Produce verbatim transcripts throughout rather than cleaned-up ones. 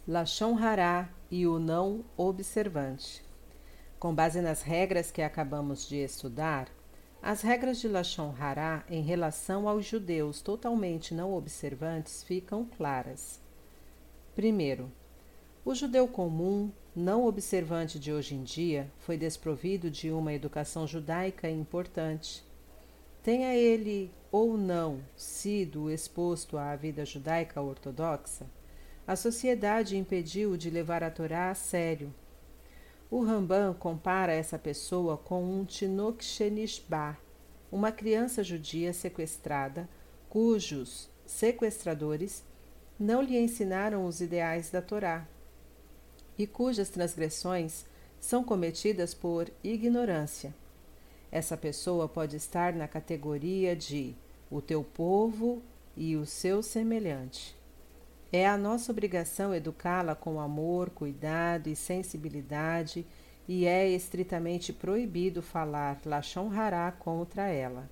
Lashon Hará e o não observante. Com base nas regras que acabamos de estudar, as regras de Lashon Hará em relação aos judeus totalmente não observantes ficam claras. Primeiro, o judeu comum, não observante de hoje em dia, foi desprovido de uma educação judaica importante. Tenha ele ou não sido exposto à vida judaica ortodoxa, a sociedade impediu-o de levar a Torá a sério. O Rambam compara essa pessoa com um Tinok Shenishba, uma criança judia sequestrada, cujos sequestradores não lhe ensinaram os ideais da Torá e cujas transgressões são cometidas por ignorância. Essa pessoa pode estar na categoria de o teu povo e o seu semelhante. É a nossa obrigação educá-la com amor, cuidado e sensibilidade, e é estritamente proibido falar Lashon Hará contra ela.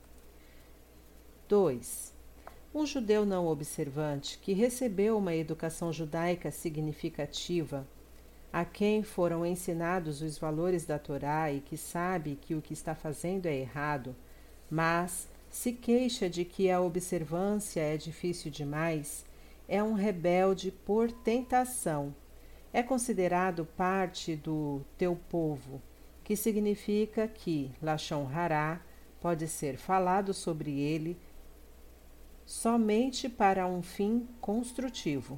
dois. Um judeu não observante que recebeu uma educação judaica significativa, a quem foram ensinados os valores da Torá e que sabe que o que está fazendo é errado, mas se queixa de que a observância é difícil demais, é um rebelde por tentação. É considerado parte do teu povo, que significa que Lashon Hará pode ser falado sobre ele somente para um fim construtivo.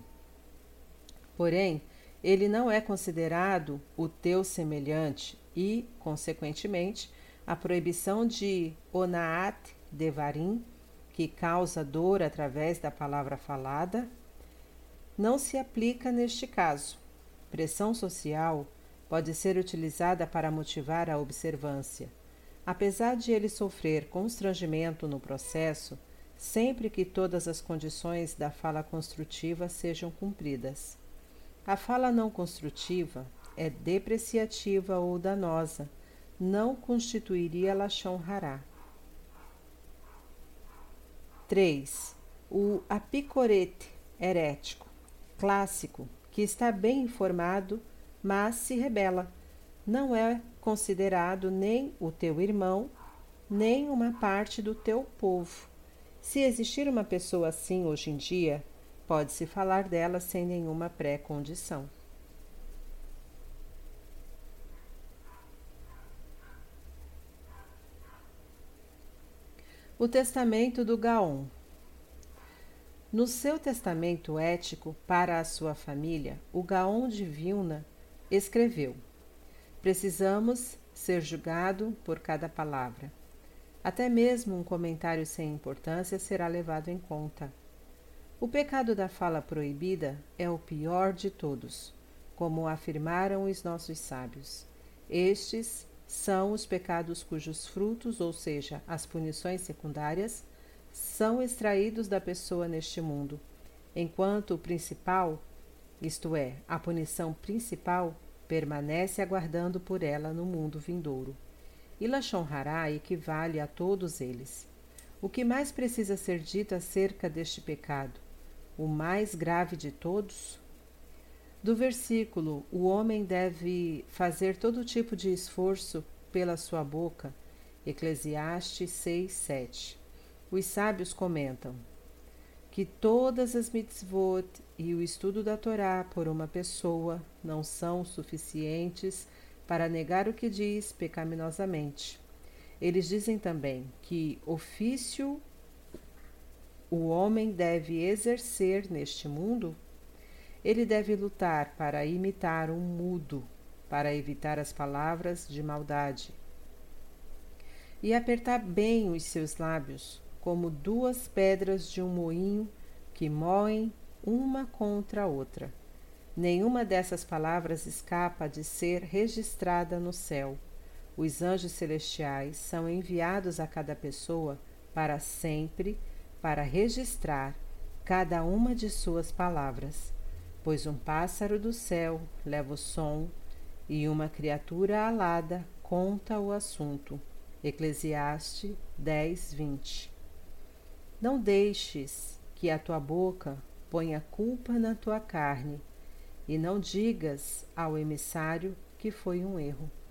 Porém, ele não é considerado o teu semelhante e, consequentemente, a proibição de Onaat Devarim, que causa dor através da palavra falada, não se aplica neste caso. Pressão social pode ser utilizada para motivar a observância. Apesar de ele sofrer constrangimento no processo, sempre que todas as condições da fala construtiva sejam cumpridas. A fala não construtiva é depreciativa ou danosa, não constituiria Lashon Hará. três. O apicorete herético, clássico, que está bem informado, mas se rebela. Não é considerado nem o teu irmão, nem uma parte do teu povo. Se existir uma pessoa assim hoje em dia, pode-se falar dela sem nenhuma pré-condição. O testamento do Gaon. No seu testamento ético para a sua família, o Gaon de Vilna escreveu: precisamos ser julgado por cada palavra. Até mesmo um comentário sem importância será levado em conta. O pecado da fala proibida é o pior de todos, como afirmaram os nossos sábios. Estes são os pecados cujos frutos, ou seja, as punições secundárias, são extraídos da pessoa neste mundo, enquanto o principal, isto é, a punição principal, permanece aguardando por ela no mundo vindouro. E Lashon Hará equivale a todos eles. O que mais precisa ser dito acerca deste pecado? O mais grave de todos? Do versículo, o homem deve fazer todo tipo de esforço pela sua boca, Eclesiastes seis, sete. Os sábios comentam que todas as mitzvot e o estudo da Torá por uma pessoa não são suficientes para negar o que diz pecaminosamente. Eles dizem também que ofício o homem deve exercer neste mundo. Ele deve lutar para imitar um mudo, para evitar as palavras de maldade, e apertar bem os seus lábios, como duas pedras de um moinho que moem uma contra a outra. Nenhuma dessas palavras escapa de ser registrada no céu. Os anjos celestiais são enviados a cada pessoa para sempre, para registrar cada uma de suas palavras, pois um pássaro do céu leva o som e uma criatura alada conta o assunto. Eclesiastes dez, vinte. Não deixes que a tua boca ponha culpa na tua carne, e não digas ao emissário que foi um erro.